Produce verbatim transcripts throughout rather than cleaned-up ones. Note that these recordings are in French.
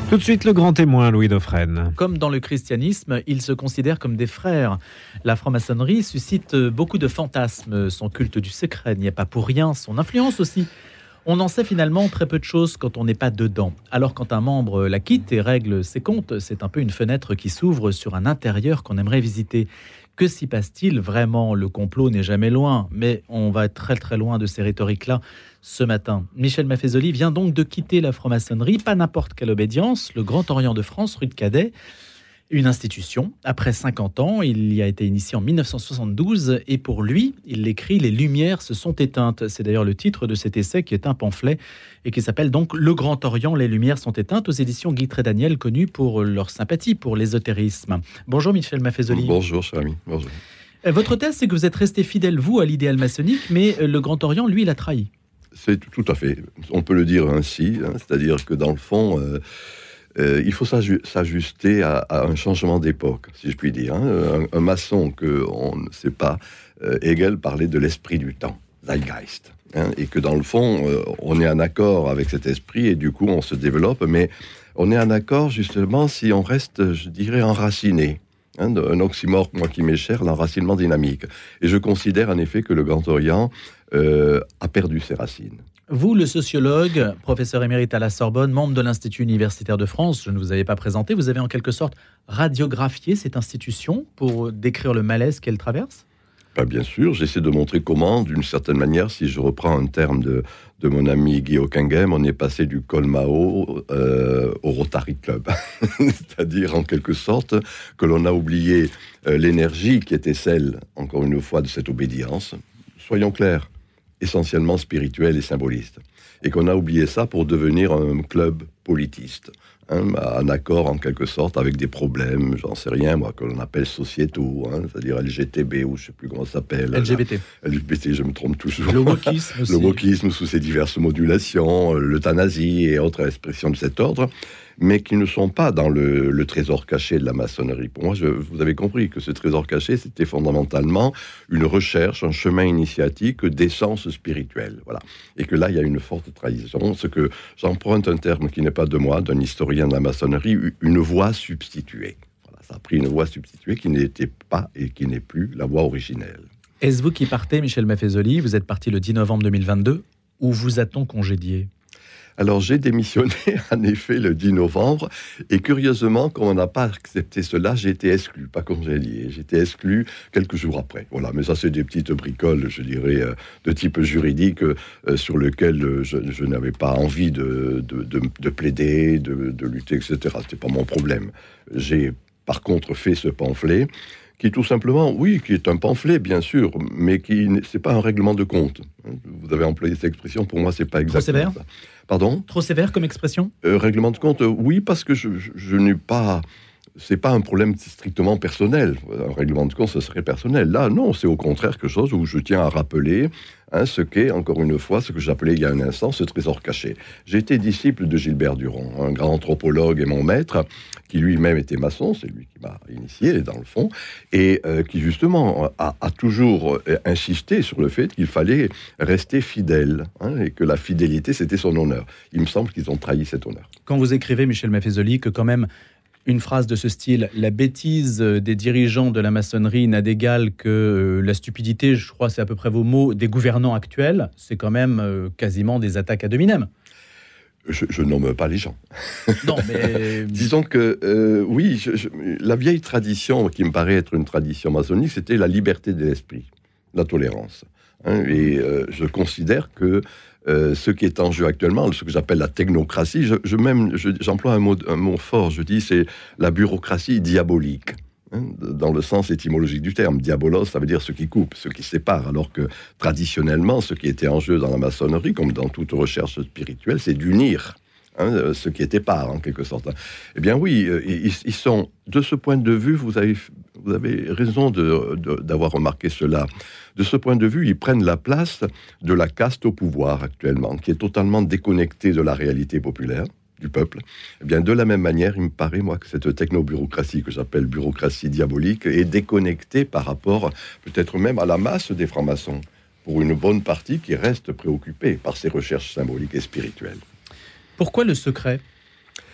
Tout de suite, le grand témoin, Louis Dauphren. Comme dans le christianisme, ils se considèrent comme des frères. La franc-maçonnerie suscite beaucoup de fantasmes. Son culte du secret n'y est pas pour rien, son influence aussi. On en sait finalement très peu de choses quand on n'est pas dedans. Alors quand un membre la quitte et règle ses comptes, c'est un peu une fenêtre qui s'ouvre sur un intérieur qu'on aimerait visiter. Que s'y passe-t-il vraiment ? Le complot n'est jamais loin, mais on va être très très loin de ces rhétoriques-là ce matin. Michel Maffezoli vient donc de quitter la franc-maçonnerie, pas n'importe quelle obédience, le Grand Orient de France, rue de Cadet, une institution. Après cinquante ans, il y a été initié en dix-neuf cent soixante-douze et pour lui, il l'écrit « Les lumières se sont éteintes ». C'est d'ailleurs le titre de cet essai qui est un pamphlet et qui s'appelle donc « Le Grand Orient, les lumières sont éteintes » aux éditions Guy Trédaniel, connues pour leur sympathie pour l'ésotérisme. Bonjour Michel Maffezoli. Bonjour cher ami, bonjour. Votre thèse, c'est que vous êtes resté fidèle, vous, à l'idéal maçonnique, mais le Grand Orient, lui, il a trahi. C'est tout à fait, on peut le dire ainsi, hein, c'est-à-dire que dans le fond... Euh, Euh, il faut s'ajuster à, à un changement d'époque, si je puis dire. Hein. Un, un maçon qu'on ne sait pas, euh, Hegel parlait de l'esprit du temps, Zeitgeist. Hein, et que dans le fond, euh, on est en accord avec cet esprit et du coup on se développe, mais on est en accord justement si on reste, je dirais, enraciné. Hein, un oxymore, moi qui m'est cher, l'enracinement dynamique. Et je considère en effet que le Grand Orient euh, a perdu ses racines. Vous, le sociologue, professeur émérite à la Sorbonne, membre de l'Institut universitaire de France, je ne vous avais pas présenté, vous avez en quelque sorte radiographié cette institution pour décrire le malaise qu'elle traverse ? Ben bien sûr, j'essaie de montrer comment, d'une certaine manière, si je reprends un terme de, de mon ami Guy Hockenheim, on est passé du Colmao euh, au Rotary Club. C'est-à-dire, en quelque sorte, que l'on a oublié euh, l'énergie qui était celle, encore une fois, de cette obédience. Soyons clairs. Essentiellement spirituel et symboliste. Et qu'on a oublié ça pour devenir un club politiste. Hein, en accord, en quelque sorte, avec des problèmes, j'en sais rien, moi, que l'on appelle sociétaux, hein, c'est-à-dire L G T B, ou je ne sais plus comment ça s'appelle. L G B T. L G B T, je me trompe toujours. Le wokisme aussi. Le wokisme sous ses diverses modulations, l'euthanasie et autres expressions de cet ordre, mais qui ne sont pas dans le, le trésor caché de la maçonnerie. Pour moi, je, vous avez compris que ce trésor caché, c'était fondamentalement une recherche, un chemin initiatique d'essence spirituelle. Voilà. Et que là, il y a une forte trahison, ce que j'emprunte un terme qui n'est pas de moi, d'un historien de la maçonnerie, une voie substituée. Voilà, ça a pris une voie substituée qui n'était pas et qui n'est plus la voie originelle. Est-ce vous qui partez, Michel Maffezoli ? Vous êtes parti le dix novembre deux mille vingt-deux. Où vous a-t-on congédié ? Alors, j'ai démissionné, en effet, le dix novembre, et curieusement, comme on n'a pas accepté cela, j'ai été exclu, pas congédié, j'ai été exclu quelques jours après. Voilà, mais ça, c'est des petites bricoles, je dirais, de type juridique, euh, sur lesquelles je, je n'avais pas envie de, de, de, de plaider, de, de lutter, et cetera. C'était pas mon problème. J'ai, par contre, fait ce pamphlet, qui tout simplement, oui, qui est un pamphlet, bien sûr, mais qui c'est pas un règlement de compte. Vous avez employé cette expression, pour moi, c'est pas exactement Trop sévère. ça. Pardon ? Trop sévère comme expression ? euh, Règlement de compte, euh, oui, parce que je, je, je n'ai pas... C'est pas un problème strictement personnel. Un règlement de compte, ce serait personnel. Là, non, c'est au contraire quelque chose où je tiens à rappeler hein, ce qu'est, encore une fois, ce que j'appelais il y a un instant, ce trésor caché. J'ai été disciple de Gilbert Durand, un grand anthropologue et mon maître, qui lui-même était maçon, c'est lui qui m'a initié, dans le fond, et euh, qui, justement, a, a toujours insisté sur le fait qu'il fallait rester fidèle, hein, et que la fidélité, c'était son honneur. Il me semble qu'ils ont trahi cet honneur. Quand vous écrivez, Michel Maffezoli, que quand même... Une phrase de ce style, la bêtise des dirigeants de la maçonnerie n'a d'égal que la stupidité, je crois c'est à peu près vos mots, des gouvernants actuels, c'est quand même quasiment des attaques ad hominem. Je, je nomme pas les gens. Non, mais... Disons que, euh, oui, je, je, la vieille tradition, qui me paraît être une tradition maçonnique, c'était la liberté de l'esprit, la tolérance. Hein, et euh, je considère que Euh, ce qui est en jeu actuellement, ce que j'appelle la technocratie, je, je même, je, j'emploie un mot, un mot fort, je dis c'est la bureaucratie diabolique, hein, dans le sens étymologique du terme. Diabolos, ça veut dire ce qui coupe, ce qui sépare, alors que traditionnellement, ce qui était en jeu dans la maçonnerie, comme dans toute recherche spirituelle, c'est d'unir. Hein, ce qui était part, en quelque sorte. Eh bien oui, ils, ils sont, de ce point de vue, vous avez, vous avez raison de, de, d'avoir remarqué cela. De ce point de vue, ils prennent la place de la caste au pouvoir actuellement, qui est totalement déconnectée de la réalité populaire, du peuple. Eh bien, de la même manière, il me paraît, moi, que cette techno-bureaucratie, que j'appelle bureaucratie diabolique, est déconnectée par rapport, peut-être même, à la masse des francs-maçons, pour une bonne partie qui reste préoccupée par ces recherches symboliques et spirituelles. Pourquoi le secret ?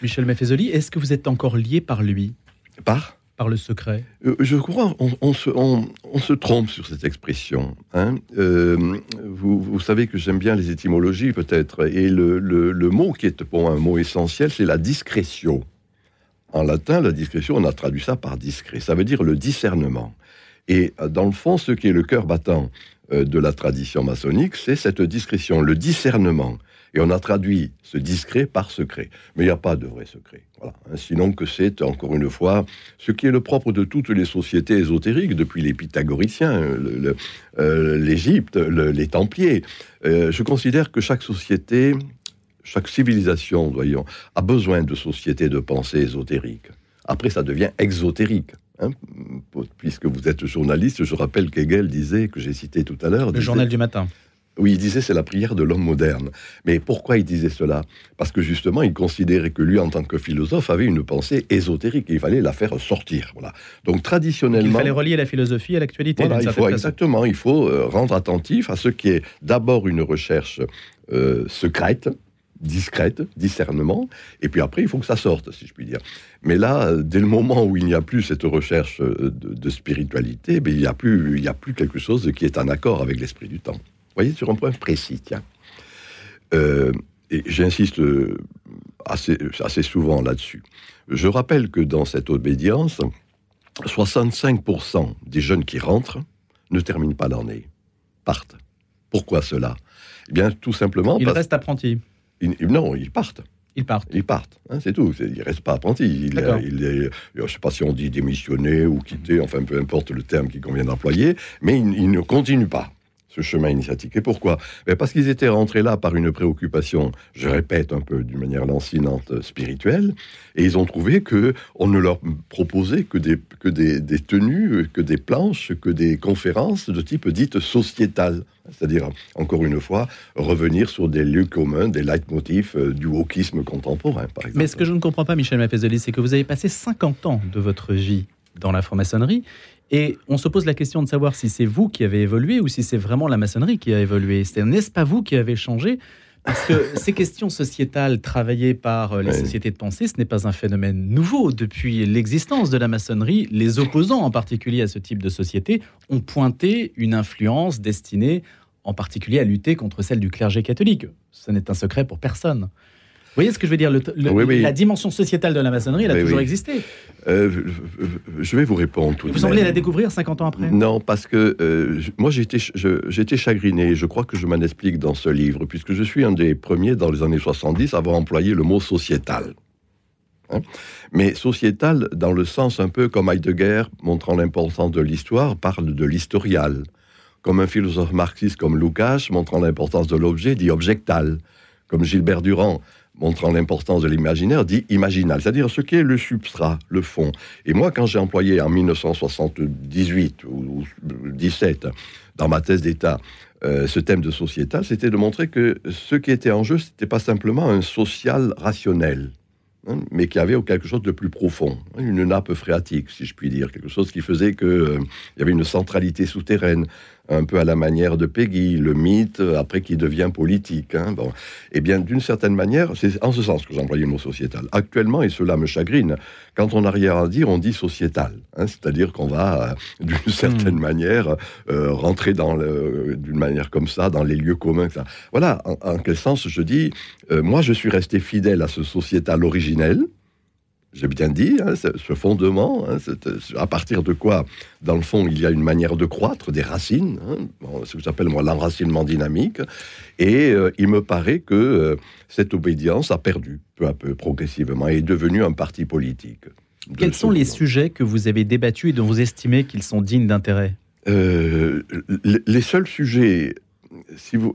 Michel Maffezoli, est-ce que vous êtes encore lié par lui ? Par Par le secret ? euh, Je crois on, on, se, on, on se trompe sur cette expression. Hein. Euh, vous, vous savez que j'aime bien les étymologies, peut-être. Et le, le, le mot qui est pour moi un mot essentiel, c'est la discrétion. En latin, la discrétion, on a traduit ça par discret. Ça veut dire le discernement. Et dans le fond, ce qui est le cœur battant euh, de la tradition maçonnique, c'est cette discrétion, le discernement. Et on a traduit ce discret par secret. Mais il n'y a pas de vrai secret. Voilà. Sinon que c'est, encore une fois, ce qui est le propre de toutes les sociétés ésotériques, depuis les pythagoriciens, le, le, euh, l'Égypte, le, les Templiers. Euh, je considère que chaque société, chaque civilisation, voyons, a besoin de sociétés de pensée ésotérique. Après, ça devient exotérique. Hein, puisque vous êtes journaliste, je rappelle qu'Hegel disait, que j'ai cité tout à l'heure... Le disait, journal du matin. Oui, il disait c'est la prière de l'homme moderne. Mais pourquoi il disait cela ? Parce que justement, il considérait que lui, en tant que philosophe, avait une pensée ésotérique et il fallait la faire sortir. Voilà. Donc traditionnellement... Donc, il fallait relier la philosophie à l'actualité. Voilà, il faut, exactement, il faut euh, rendre attentif à ce qui est d'abord une recherche euh, secrète, discrète, discernement, et puis après, il faut que ça sorte, si je puis dire. Mais là, dès le moment où il n'y a plus cette recherche de, de spiritualité, ben, il n'y a plus, il n'y a plus quelque chose qui est en accord avec l'esprit du temps. Vous voyez, sur un point précis, tiens. Euh, et j'insiste assez, assez souvent là-dessus. Je rappelle que dans cette obédience, soixante-cinq pour cent des jeunes qui rentrent ne terminent pas l'année, partent. Pourquoi cela ? Eh bien, tout simplement... Ils parce... restent apprentis. Ils, non, ils partent. Ils partent. Ils partent, hein, c'est tout. C'est, ils ne restent pas apprentis. Il, D'accord. il est, je ne sais pas si on dit démissionner ou quitter, enfin, peu importe le terme qu'il convient d'employer, mais ils, ils ne continuent pas ce chemin initiatique. Et pourquoi ? Mais parce qu'ils étaient rentrés là par une préoccupation, je répète un peu d'une manière lancinante, spirituelle, et ils ont trouvé qu'on ne leur proposait que des, que des, des tenues, que des planches, que des conférences de type dite sociétale. C'est-à-dire, encore une fois, revenir sur des lieux communs, des leitmotifs euh, du wokisme contemporain, par exemple. Mais ce que je ne comprends pas, Michel Maffezoli, c'est que vous avez passé cinquante ans de votre vie dans la franc-maçonnerie, et on se pose la question de savoir si c'est vous qui avez évolué ou si c'est vraiment la maçonnerie qui a évolué. C'est, n'est-ce pas vous qui avez changé ? Parce que ces questions sociétales travaillées par les oui. sociétés de pensée, ce n'est pas un phénomène nouveau. Depuis l'existence de la maçonnerie, les opposants en particulier à ce type de société ont pointé une influence destinée en particulier à lutter contre celle du clergé catholique. Ce n'est un secret pour personne. Vous voyez ce que je veux dire ? le, le, oui, oui. La dimension sociétale de la maçonnerie, elle a oui, toujours oui. existé. Euh, je vais vous répondre tout de même. Vous semblez la découvrir cinquante ans après ? Non, parce que euh, moi, j'étais, je, j'étais chagriné. Je crois que je m'en explique dans ce livre, puisque je suis un des premiers, dans les années soixante-dix, à avoir employé le mot « sociétal ». Hein ? Mais sociétal, dans le sens un peu comme Heidegger, montrant l'importance de l'histoire, parle de l'historial. Comme un philosophe marxiste comme Lukács, montrant l'importance de l'objet, dit objectal. Comme Gilbert Durand, montrant l'importance de l'imaginaire, dit imaginal, c'est-à-dire ce qui est le substrat, le fond. Et moi, quand j'ai employé en dix-neuf cent soixante-dix-huit ou dix-sept, dans ma thèse d'État, euh, ce thème de sociétal, c'était de montrer que ce qui était en jeu, c'était pas simplement un social rationnel, hein, mais qu'il y avait quelque chose de plus profond, hein, une nappe phréatique, si je puis dire, quelque chose qui faisait qu'il euh, y avait une centralité souterraine, un peu à la manière de Peggy, le mythe, après qui devient politique. Hein, bon. Eh bien, d'une certaine manière, c'est en ce sens que j'emploie le mot sociétal. Actuellement, et cela me chagrine, quand on n'a rien à dire, on dit sociétal. Hein, c'est-à-dire qu'on va, euh, d'une certaine mmh. manière, euh, rentrer dans le, d'une manière comme ça, dans les lieux communs. Ça. Voilà, en, en quel sens je dis, euh, moi je suis resté fidèle à ce sociétal originel, j'ai bien dit, hein, ce fondement, hein, à partir de quoi, dans le fond, il y a une manière de croître, des racines, hein, bon, ce que j'appelle moi l'enracinement dynamique, et euh, il me paraît que euh, cette obédience a perdu, peu à peu, progressivement, et est devenue un parti politique. Quels sont les sujets que vous avez débattus et dont vous estimez qu'ils sont dignes d'intérêt ? euh, Les seuls sujets... Si vous,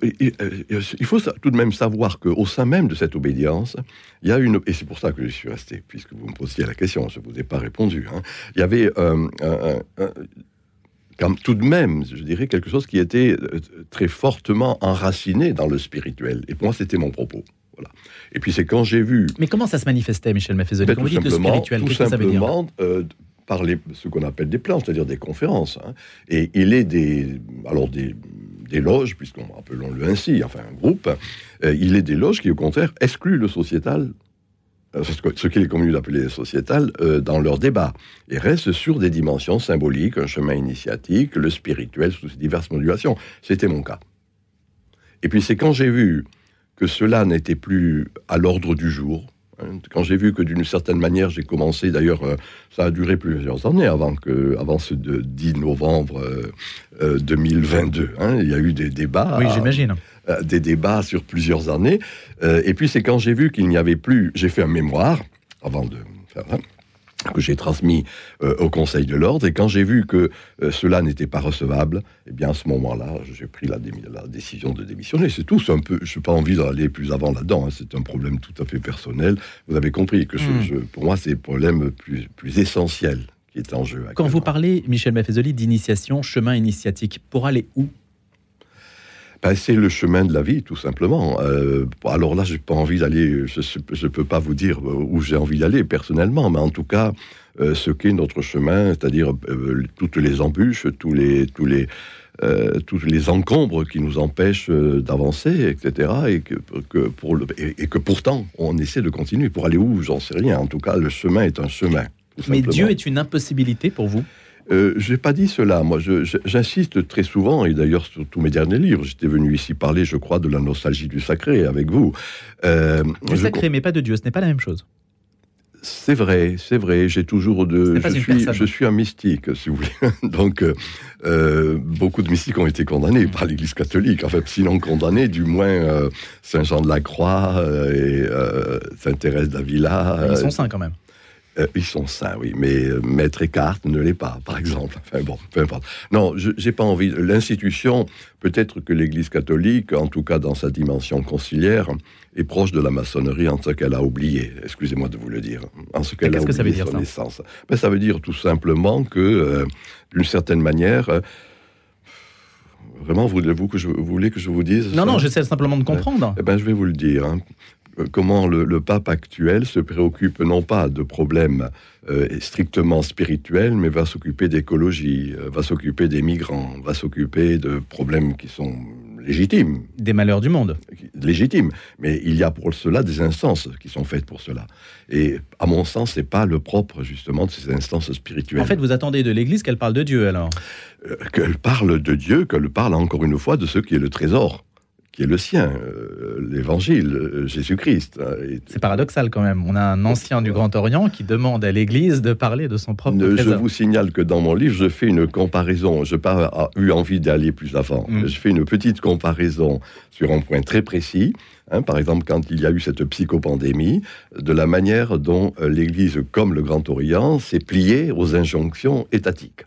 il faut tout de même savoir qu'au sein même de cette obédience, il y a une, et c'est pour ça que je suis resté, puisque vous me posiez la question, je ne vous ai pas répondu, hein, il y avait euh, un, un, un, comme tout de même, je dirais, quelque chose qui était très fortement enraciné dans le spirituel. Et pour moi, c'était mon propos. Voilà. Et puis c'est quand j'ai vu... Mais comment ça se manifestait, Michel Maffezoli ? Ben, quand vous dites le spirituel, qu'est-ce que ça veut dire ? euh, par les, ce qu'on appelle des plans, c'est-à-dire des conférences. Hein. Et il est des... Alors des... des loges, puisqu'on appelons-le ainsi, enfin un groupe, euh, il est des loges qui, au contraire, excluent le sociétal ce qu'il est convenu d'appeler sociétal, euh, dans leur débat, et reste sur des dimensions symboliques, un chemin initiatique, le spirituel, sous ses diverses modulations. C'était mon cas. Et puis c'est quand j'ai vu que cela n'était plus à l'ordre du jour, hein, quand j'ai vu que d'une certaine manière, j'ai commencé, d'ailleurs, euh, ça a duré plusieurs années avant, que, avant ce de dix novembre euh, euh, deux mille vingt-deux. Hein, il y a eu des débats. Oui, j'imagine. Euh, des débats sur plusieurs années. Euh, et puis c'est quand j'ai vu qu'il n'y avait plus... J'ai fait un mémoire, avant de faire ça, que j'ai transmis euh, au Conseil de l'Ordre, et quand j'ai vu que euh, cela n'était pas recevable, eh bien à ce moment-là, j'ai pris la, dé- la décision de démissionner. C'est tout, c'est un peu... Je n'ai pas envie d'aller plus avant là-dedans, hein, c'est un problème tout à fait personnel. Vous avez compris que je, mmh. je, pour moi, c'est le problème plus, plus essentiel qui est en jeu. Quand vous parlez, Michel Maffezoli, d'initiation, chemin initiatique, pour aller où ? Ben, c'est le chemin de la vie, tout simplement. Euh, alors là, j'ai pas envie d'aller... Je ne peux pas vous dire où j'ai envie d'aller, personnellement, mais en tout cas, euh, ce qu'est notre chemin, c'est-à-dire euh, toutes les embûches, tous les, tous les, euh, tous les encombres qui nous empêchent euh, d'avancer, et cetera, et que, que pour le, et, et que pourtant, on essaie de continuer. Pour aller où, j'en sais rien. En tout cas, le chemin est un chemin. Mais Dieu est une impossibilité pour vous ? Euh, je n'ai pas dit cela. Moi, je, je, j'insiste très souvent, et d'ailleurs sur tous mes derniers livres, j'étais venu ici parler, je crois, de la nostalgie du sacré avec vous. Euh, du sacré, je... mais pas de Dieu, ce n'est pas la même chose. C'est vrai, c'est vrai. J'ai toujours de. Je suis, je suis un mystique, si vous voulez. Donc, euh, beaucoup de mystiques ont été condamnés par l'Église catholique. En fait, sinon condamnés, du moins euh, Saint Jean de la Croix euh, et euh, Sainte Thérèse d'Avila. Euh, Ils sont saints quand même. Euh, ils sont saints, oui, mais euh, Maître Eckhart ne l'est pas, par exemple. Enfin bon, peu importe. Non, je n'ai pas envie... L'institution, peut-être que l'Église catholique, en tout cas dans sa dimension conciliaire, est proche de la maçonnerie en ce qu'elle a oublié, excusez-moi de vous le dire, en ce qu'elle a oublié ça veut dire, son ça essence. Ben, ça veut dire tout simplement que, euh, d'une certaine manière... Euh, vraiment, voulez-vous que je, vous voulez que je vous dise Non, ça non, j'essaie simplement de comprendre. Eh ben, je vais vous le dire, hein. Comment le, le pape actuel se préoccupe non pas de problèmes euh, strictement spirituels, mais va s'occuper d'écologie, euh, va s'occuper des migrants, va s'occuper de problèmes qui sont légitimes. Des malheurs du monde. Légitimes. Mais il y a pour cela des instances qui sont faites pour cela. Et à mon sens, c'est pas le propre, justement, de ces instances spirituelles. En fait, vous attendez de l'Église qu'elle parle de Dieu, alors euh, Qu'elle parle de Dieu, qu'elle parle encore une fois de ce qui est le trésor, qui est le sien, euh, l'évangile, euh, Jésus-Christ. Et... C'est paradoxal quand même. On a un ancien du Grand Orient qui demande à l'Église de parler de son propre ne, trésor. Je vous signale que dans mon livre, je fais une comparaison. Je n'ai pas eu envie d'aller plus avant. Mm. Je fais une petite comparaison sur un point très précis. Hein, par exemple, quand il y a eu cette psychopandémie, de la manière dont euh, l'Église, comme le Grand Orient, s'est pliée aux injonctions étatiques.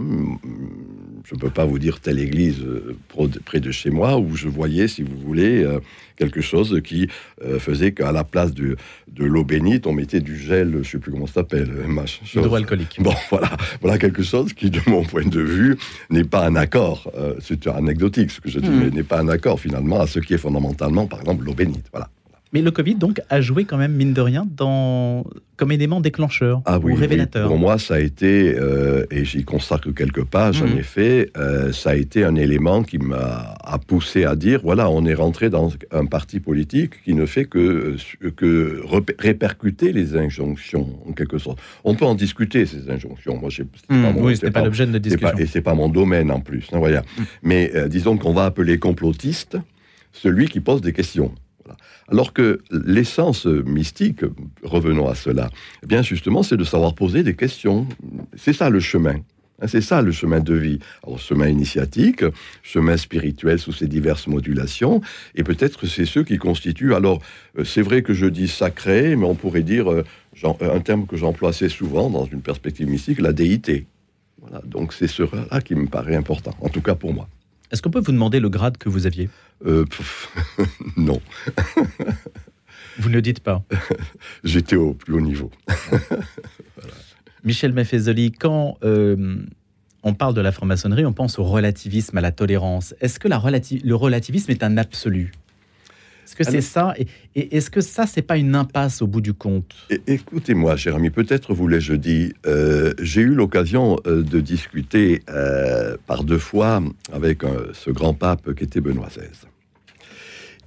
Je ne peux pas vous dire telle église près de chez moi où je voyais, si vous voulez, quelque chose qui faisait qu'à la place de, de l'eau bénite, on mettait du gel, je ne sais plus comment ça s'appelle, hydroalcoolique. Bon, voilà, voilà quelque chose qui, de mon point de vue, n'est pas un accord. C'est anecdotique ce que je dis, mmh. mais n'est pas un accord finalement à ce qui est fondamentalement, par exemple, l'eau bénite. Voilà. Mais le Covid, donc, a joué quand même, mine de rien, dans... comme élément déclencheur ah, oui, ou révélateur. Oui. Pour moi, ça a été, euh, et j'y consacre quelques pages, mmh. en effet, euh, ça a été un élément qui m'a a poussé à dire, voilà, on est rentré dans un parti politique qui ne fait que, que répercuter les injonctions, en quelque sorte. On peut en discuter, ces injonctions. Moi, je, c'est mmh, pas mon, oui, ce n'est pas, pas l'objet de notre discussion. Pas, et ce n'est pas mon domaine, en plus. Hein, voilà. mmh. Mais euh, disons qu'on va appeler complotiste celui qui pose des questions. Alors que l'essence mystique, revenons à cela, eh bien justement, c'est de savoir poser des questions. C'est ça le chemin. C'est ça le chemin de vie. Alors, chemin initiatique, chemin spirituel sous ses diverses modulations, et peut-être c'est ceux qui constituent... Alors, c'est vrai que je dis sacré, mais on pourrait dire, un terme que j'emploie assez souvent dans une perspective mystique, la déité. Voilà, donc c'est cela qui me paraît important, en tout cas pour moi. Est-ce qu'on peut vous demander le grade que vous aviez ? Euh, pff, non. Vous ne le dites pas. J'étais au plus haut niveau. Voilà. Michel Maffezoli, quand euh, on parle de la franc-maçonnerie, on pense au relativisme, à la tolérance. Est-ce que la relati- le relativisme est un absolu ? Est-ce que c'est ça et, et est-ce que ça, c'est pas une impasse au bout du compte ? é- Écoutez-moi, cher ami, peut-être vous l'ai-je dit, euh, j'ai eu l'occasion euh, de discuter euh, par deux fois avec euh, ce grand pape qui était Benoît seize.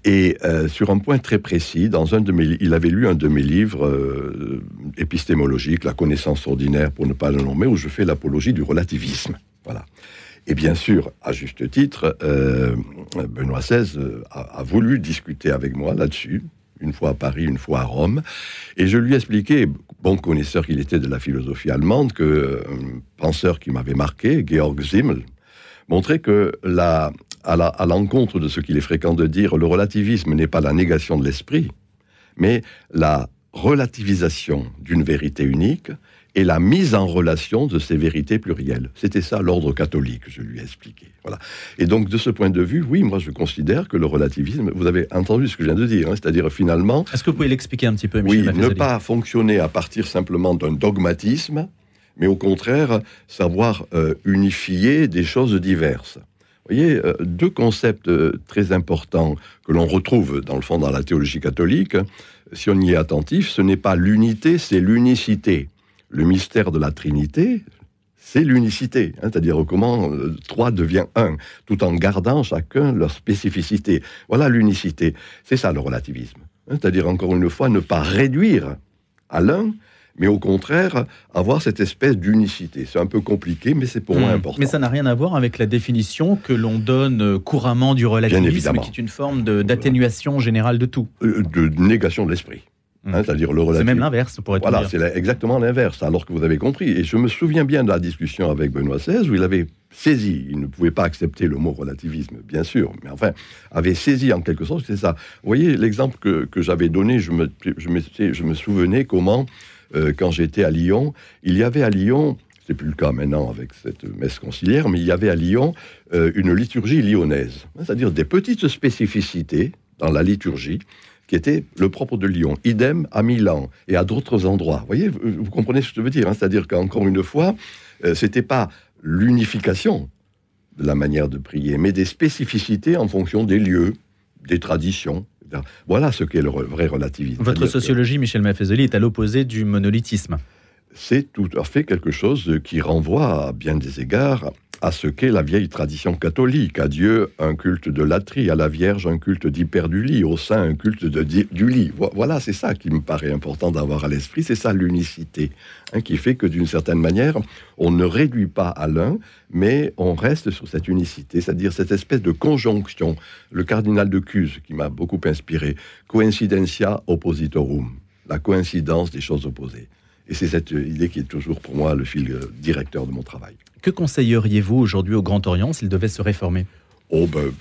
Et euh, sur un point très précis, dans un de mes, il avait lu un de mes livres euh, épistémologiques, La connaissance ordinaire, pour ne pas le nommer, où je fais l'apologie du relativisme. Voilà. Et bien sûr, à juste titre, euh, Benoît seize a, a voulu discuter avec moi là-dessus, une fois à Paris, une fois à Rome, et je lui ai expliqué, bon connaisseur qu'il était de la philosophie allemande, que un penseur qui m'avait marqué, Georg Simmel, montrait que la, à, la, à l'encontre de ce qu'il est fréquent de dire, le relativisme n'est pas la négation de l'esprit, mais la relativisation d'une vérité unique et la mise en relation de ces vérités plurielles. C'était ça l'ordre catholique, je lui ai expliqué. Voilà. Et donc, de ce point de vue, oui, moi je considère que le relativisme, vous avez entendu ce que je viens de dire, hein, c'est-à-dire finalement... Est-ce que vous pouvez l'expliquer un petit peu, Michel Oui, Maffezoli ? Ne pas fonctionner à partir simplement d'un dogmatisme, mais au contraire, savoir euh, unifier des choses diverses. Vous voyez, euh, deux concepts euh, très importants que l'on retrouve, dans le fond, dans la théologie catholique, si on y est attentif, ce n'est pas l'unité, c'est l'unicité. Le mystère de la Trinité, c'est l'unicité, hein, c'est-à-dire comment euh, trois devient un, tout en gardant chacun leur spécificité. Voilà l'unicité, c'est ça le relativisme. Hein, c'est-à-dire, encore une fois, ne pas réduire à l'un, mais au contraire, avoir cette espèce d'unicité. C'est un peu compliqué, mais c'est pour mmh. moi important. Mais ça n'a rien à voir avec la définition que l'on donne couramment du relativisme, qui est une forme de, d'atténuation générale de tout. Euh, de négation de l'esprit. Hein, c'est-à-dire le relativisme. C'est même l'inverse, pour être Voilà, dire. c'est la, exactement l'inverse, alors que vous avez compris. Et je me souviens bien de la discussion avec Benoît seize, où il avait saisi, il ne pouvait pas accepter le mot relativisme, bien sûr, mais enfin, avait saisi en quelque sorte, c'est ça. Vous voyez, l'exemple que, que j'avais donné, je me, je me, je me souvenais comment, euh, quand j'étais à Lyon, il y avait à Lyon, c'est plus le cas maintenant avec cette messe conciliaire, mais il y avait à Lyon euh, une liturgie lyonnaise, c'est-à-dire des petites spécificités dans la liturgie, qui était le propre de Lyon. Idem à Milan et à d'autres endroits. Vous voyez, vous, vous comprenez ce que je veux dire, hein, c'est-à-dire qu'encore une fois, euh, c'était pas l'unification de la manière de prier, mais des spécificités en fonction des lieux, des traditions. et cetera. Voilà ce qu'est le vrai relativisme. Votre C'est-à-dire sociologie, que... Michel Maffezoli, est à l'opposé du monolithisme. C'est tout à fait quelque chose qui renvoie à bien des égards à ce qu'est la vieille tradition catholique. À Dieu, un culte de latrie, à la Vierge, un culte d'hyperdulie, au Saint, un culte de di- du lit. Voilà, c'est ça qui me paraît important d'avoir à l'esprit, c'est ça l'unicité, hein, qui fait que d'une certaine manière, on ne réduit pas à l'un, mais on reste sur cette unicité, c'est-à-dire cette espèce de conjonction. Le cardinal de Cuse, qui m'a beaucoup inspiré, coincidentia oppositorum, la coïncidence des choses opposées. Et c'est cette idée qui est toujours pour moi le fil directeur de mon travail. Que conseilleriez-vous aujourd'hui au Grand Orient s'il devait se réformer ? Oh ben,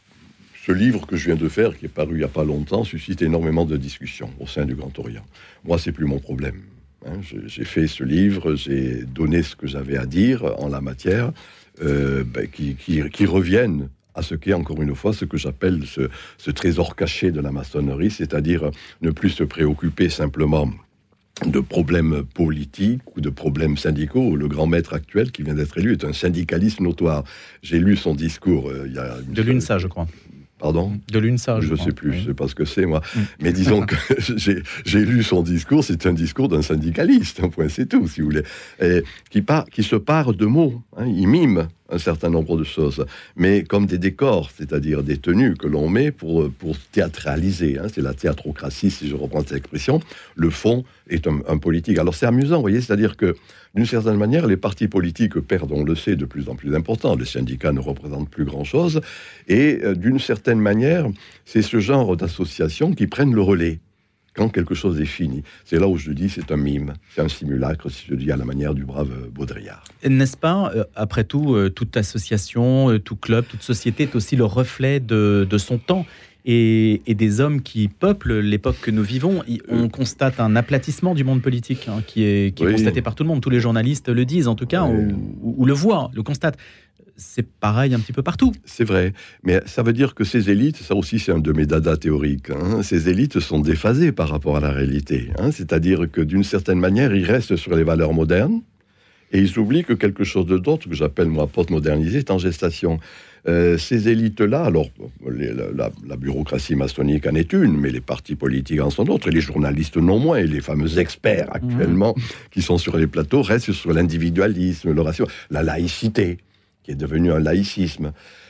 ce livre que je viens de faire, qui est paru il n'y a pas longtemps, suscite énormément de discussions au sein du Grand Orient. Moi, c'est plus mon problème. Hein. J'ai fait ce livre, j'ai donné ce que j'avais à dire en la matière, euh, ben, qui, qui, qui reviennent à ce qu'est, encore une fois, ce que j'appelle ce, ce trésor caché de la maçonnerie, c'est-à-dire ne plus se préoccuper simplement de problèmes politiques ou de problèmes syndicaux. Le grand maître actuel qui vient d'être élu est un syndicaliste notoire. J'ai lu son discours euh, il y a... Une de l'UNSA, je crois. Pardon ? De l'UNSA, je, je crois. sais plus, oui. je sais pas ce que c'est, moi. Mm. Mais disons que j'ai, j'ai lu son discours, c'est un discours d'un syndicaliste, un point, c'est tout, si vous voulez. Et qui, part, qui se pare de mots, hein, il mime un certain nombre de choses, mais comme des décors, c'est-à-dire des tenues que l'on met pour, pour théâtraliser. Hein, c'est la théatrocratie, si je reprends cette expression. Le fond est un, un politique. Alors c'est amusant, vous voyez, c'est-à-dire que d'une certaine manière, les partis politiques perdent, on le sait, de plus en plus d'importance. Les syndicats ne représentent plus grand-chose. Et euh, d'une certaine manière, c'est ce genre d'associations qui prennent le relais quand quelque chose est fini. C'est là où je dis c'est un mime, c'est un simulacre, si je dis à la manière du brave Baudrillard. N'est-ce pas, euh, après tout, euh, toute association, euh, tout club, toute société est aussi le reflet de, de son temps et, et des hommes qui peuplent l'époque que nous vivons. On euh, constate un aplatissement du monde politique hein, qui est, qui est oui. constaté par tout le monde. Tous les journalistes le disent, en tout cas, oui. ou, ou le voient, le constatent. C'est pareil un petit peu partout. C'est vrai, mais ça veut dire que ces élites, ça aussi c'est un de mes dadas théoriques, hein, ces élites sont déphasées par rapport à la réalité. Hein, c'est-à-dire que d'une certaine manière, ils restent sur les valeurs modernes et ils oublient que quelque chose d'autre, que j'appelle moi post-modernisé, est en gestation. Euh, ces élites-là, alors les, la, la, la bureaucratie maçonnique en est une, mais les partis politiques en sont d'autres, et les journalistes non moins, et les fameux experts actuellement mmh. qui sont sur les plateaux restent sur l'individualisme, le ratio, la laïcité, qui est devenu un laïcisme.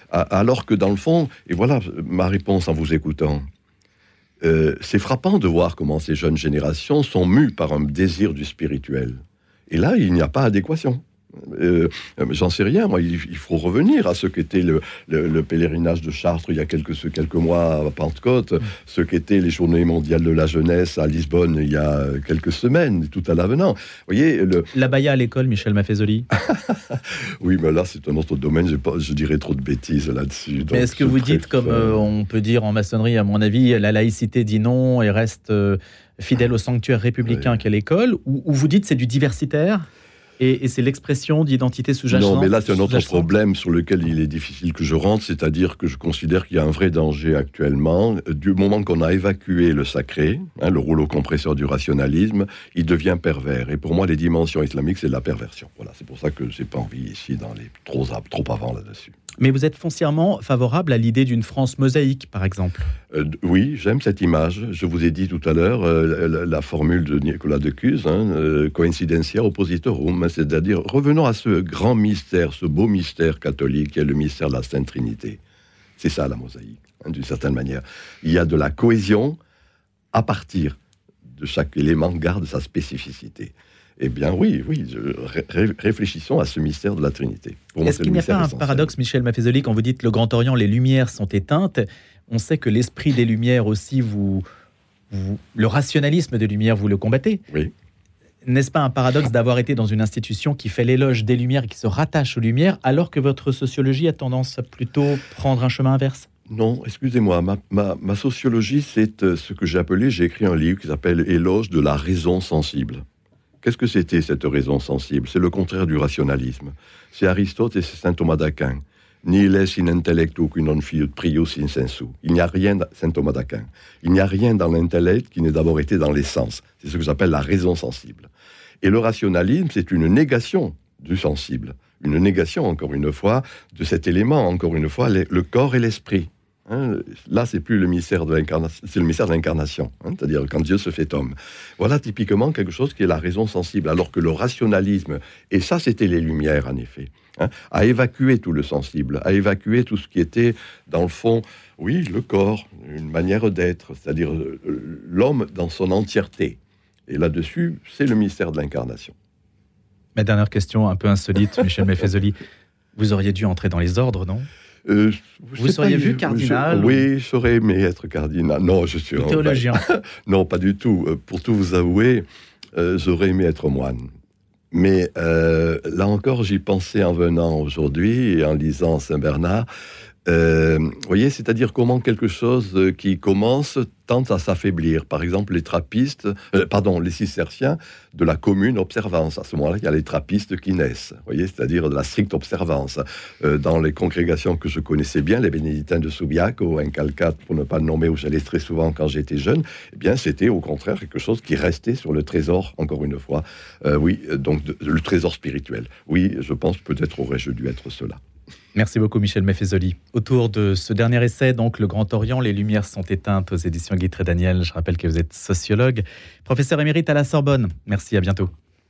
Alors que dans le fond, et voilà ma réponse en vous écoutant, euh, c'est frappant de voir comment ces jeunes générations sont mues par un désir du spirituel. Et là, il n'y a pas adéquation. Euh, j'en sais rien, moi, il, il faut revenir à ce qu'était le, le, le pèlerinage de Chartres il y a quelques, quelques mois à Pentecôte, mmh. ce qu'étaient les journées mondiales de la jeunesse à Lisbonne il y a quelques semaines, tout à l'avenant. Vous voyez, le... L'abaya à l'école, Michel Maffezoli. Oui, mais là, c'est un autre domaine, je, pas, je dirais trop de bêtises là-dessus. Mais est-ce que vous dites, comme euh, on peut dire en maçonnerie, à mon avis, la laïcité dit non et reste euh, fidèle au sanctuaire républicain oui. qu'est l'école, ou, ou vous dites c'est du diversitaire ? Et, et c'est l'expression d'identité sous-jacente. Non, mais là, c'est un autre problème sur lequel il est difficile que je rentre, c'est-à-dire que je considère qu'il y a un vrai danger actuellement. Du moment qu'on a évacué le sacré, hein, le rouleau compresseur du rationalisme, il devient pervers. Et pour moi, les dimensions islamiques, c'est de la perversion. Voilà, c'est pour ça que je n'ai pas envie ici d'aller trop, trop avant là-dessus. Mais vous êtes foncièrement favorable à l'idée d'une France mosaïque, par exemple ? euh, Oui, j'aime cette image. Je vous ai dit tout à l'heure euh, la, la formule de Nicolas de Cuse, hein, euh, coincidentia oppositorum, c'est-à-dire revenons à ce grand mystère, ce beau mystère catholique qui est le mystère de la Sainte Trinité. C'est ça la mosaïque, hein, d'une certaine manière. Il y a de la cohésion à partir de chaque élément garde sa spécificité. Eh bien oui, oui, ré- réfléchissons à ce mystère de la Trinité. Pour Est-ce moi, qu'il n'y a pas un essentiel. Paradoxe, Michel Maffezoli, quand vous dites le Grand Orient, les lumières sont éteintes, on sait que l'esprit des Lumières aussi, vous, vous, le rationalisme des Lumières, vous le combattez. Oui. N'est-ce pas un paradoxe d'avoir été dans une institution qui fait l'éloge des Lumières et qui se rattache aux Lumières, alors que votre sociologie a tendance à plutôt prendre un chemin inverse ? Non, excusez-moi, ma, ma, ma sociologie, c'est ce que j'ai appelé, j'ai écrit un livre qui s'appelle « Éloge de la raison sensible ». Qu'est-ce que c'était cette raison sensible ? C'est le contraire du rationalisme. C'est Aristote et c'est saint Thomas d'Aquin. Nihil est in intellectu qui non fiut prius in sensu. Il n'y a rien, saint Thomas d'Aquin. Il n'y a rien dans l'intellect qui n'ait d'abord été dans les sens. C'est ce que j'appelle la raison sensible. Et le rationalisme, c'est une négation du sensible. Une négation, encore une fois, de cet élément, encore une fois, le corps et l'esprit. Hein, là, c'est plus le mystère de l'incarnation, c'est le mystère de l'incarnation, hein, c'est-à-dire quand Dieu se fait homme. Voilà typiquement quelque chose qui est la raison sensible, alors que le rationalisme, et ça c'était les Lumières en effet, hein, a évacué tout le sensible, a évacué tout ce qui était, dans le fond, oui, le corps, une manière d'être, c'est-à-dire l'homme dans son entièreté. Et là-dessus, c'est le mystère de l'incarnation. Ma dernière question, un peu insolite, Michel Maffezoli, vous auriez dû entrer dans les ordres, non ? Euh, Vous seriez pas, vu cardinal je, Oui, j'aurais aimé être cardinal. Non, je suis... théologien. Ben, non, pas du tout. Pour tout vous avouer, euh, j'aurais aimé être moine. Mais euh, là encore, j'y pensais en venant aujourd'hui et en lisant Saint Bernard. Euh, vous voyez, c'est-à-dire comment quelque chose qui commence tente à s'affaiblir. Par exemple, les trappistes, euh, pardon, les cisterciens de la commune observance. À ce moment-là, il y a les trappistes qui naissent. Vous voyez, c'est-à-dire de la stricte observance. Euh, dans les congrégations que je connaissais bien, les bénédictins de Subiaco ou Incalcat, pour ne pas le nommer, où j'allais très souvent quand j'étais jeune, eh bien, c'était au contraire quelque chose qui restait sur le trésor, encore une fois. Euh, oui, donc de, le trésor spirituel. Oui, je pense peut-être aurais-je dû être cela. Merci beaucoup Michel Maffezoli. Autour de ce dernier essai, donc Le Grand Orient, les Lumières sont éteintes aux éditions Guitry Daniel. Je rappelle que vous êtes sociologue, professeur émérite à la Sorbonne. Merci, à bientôt.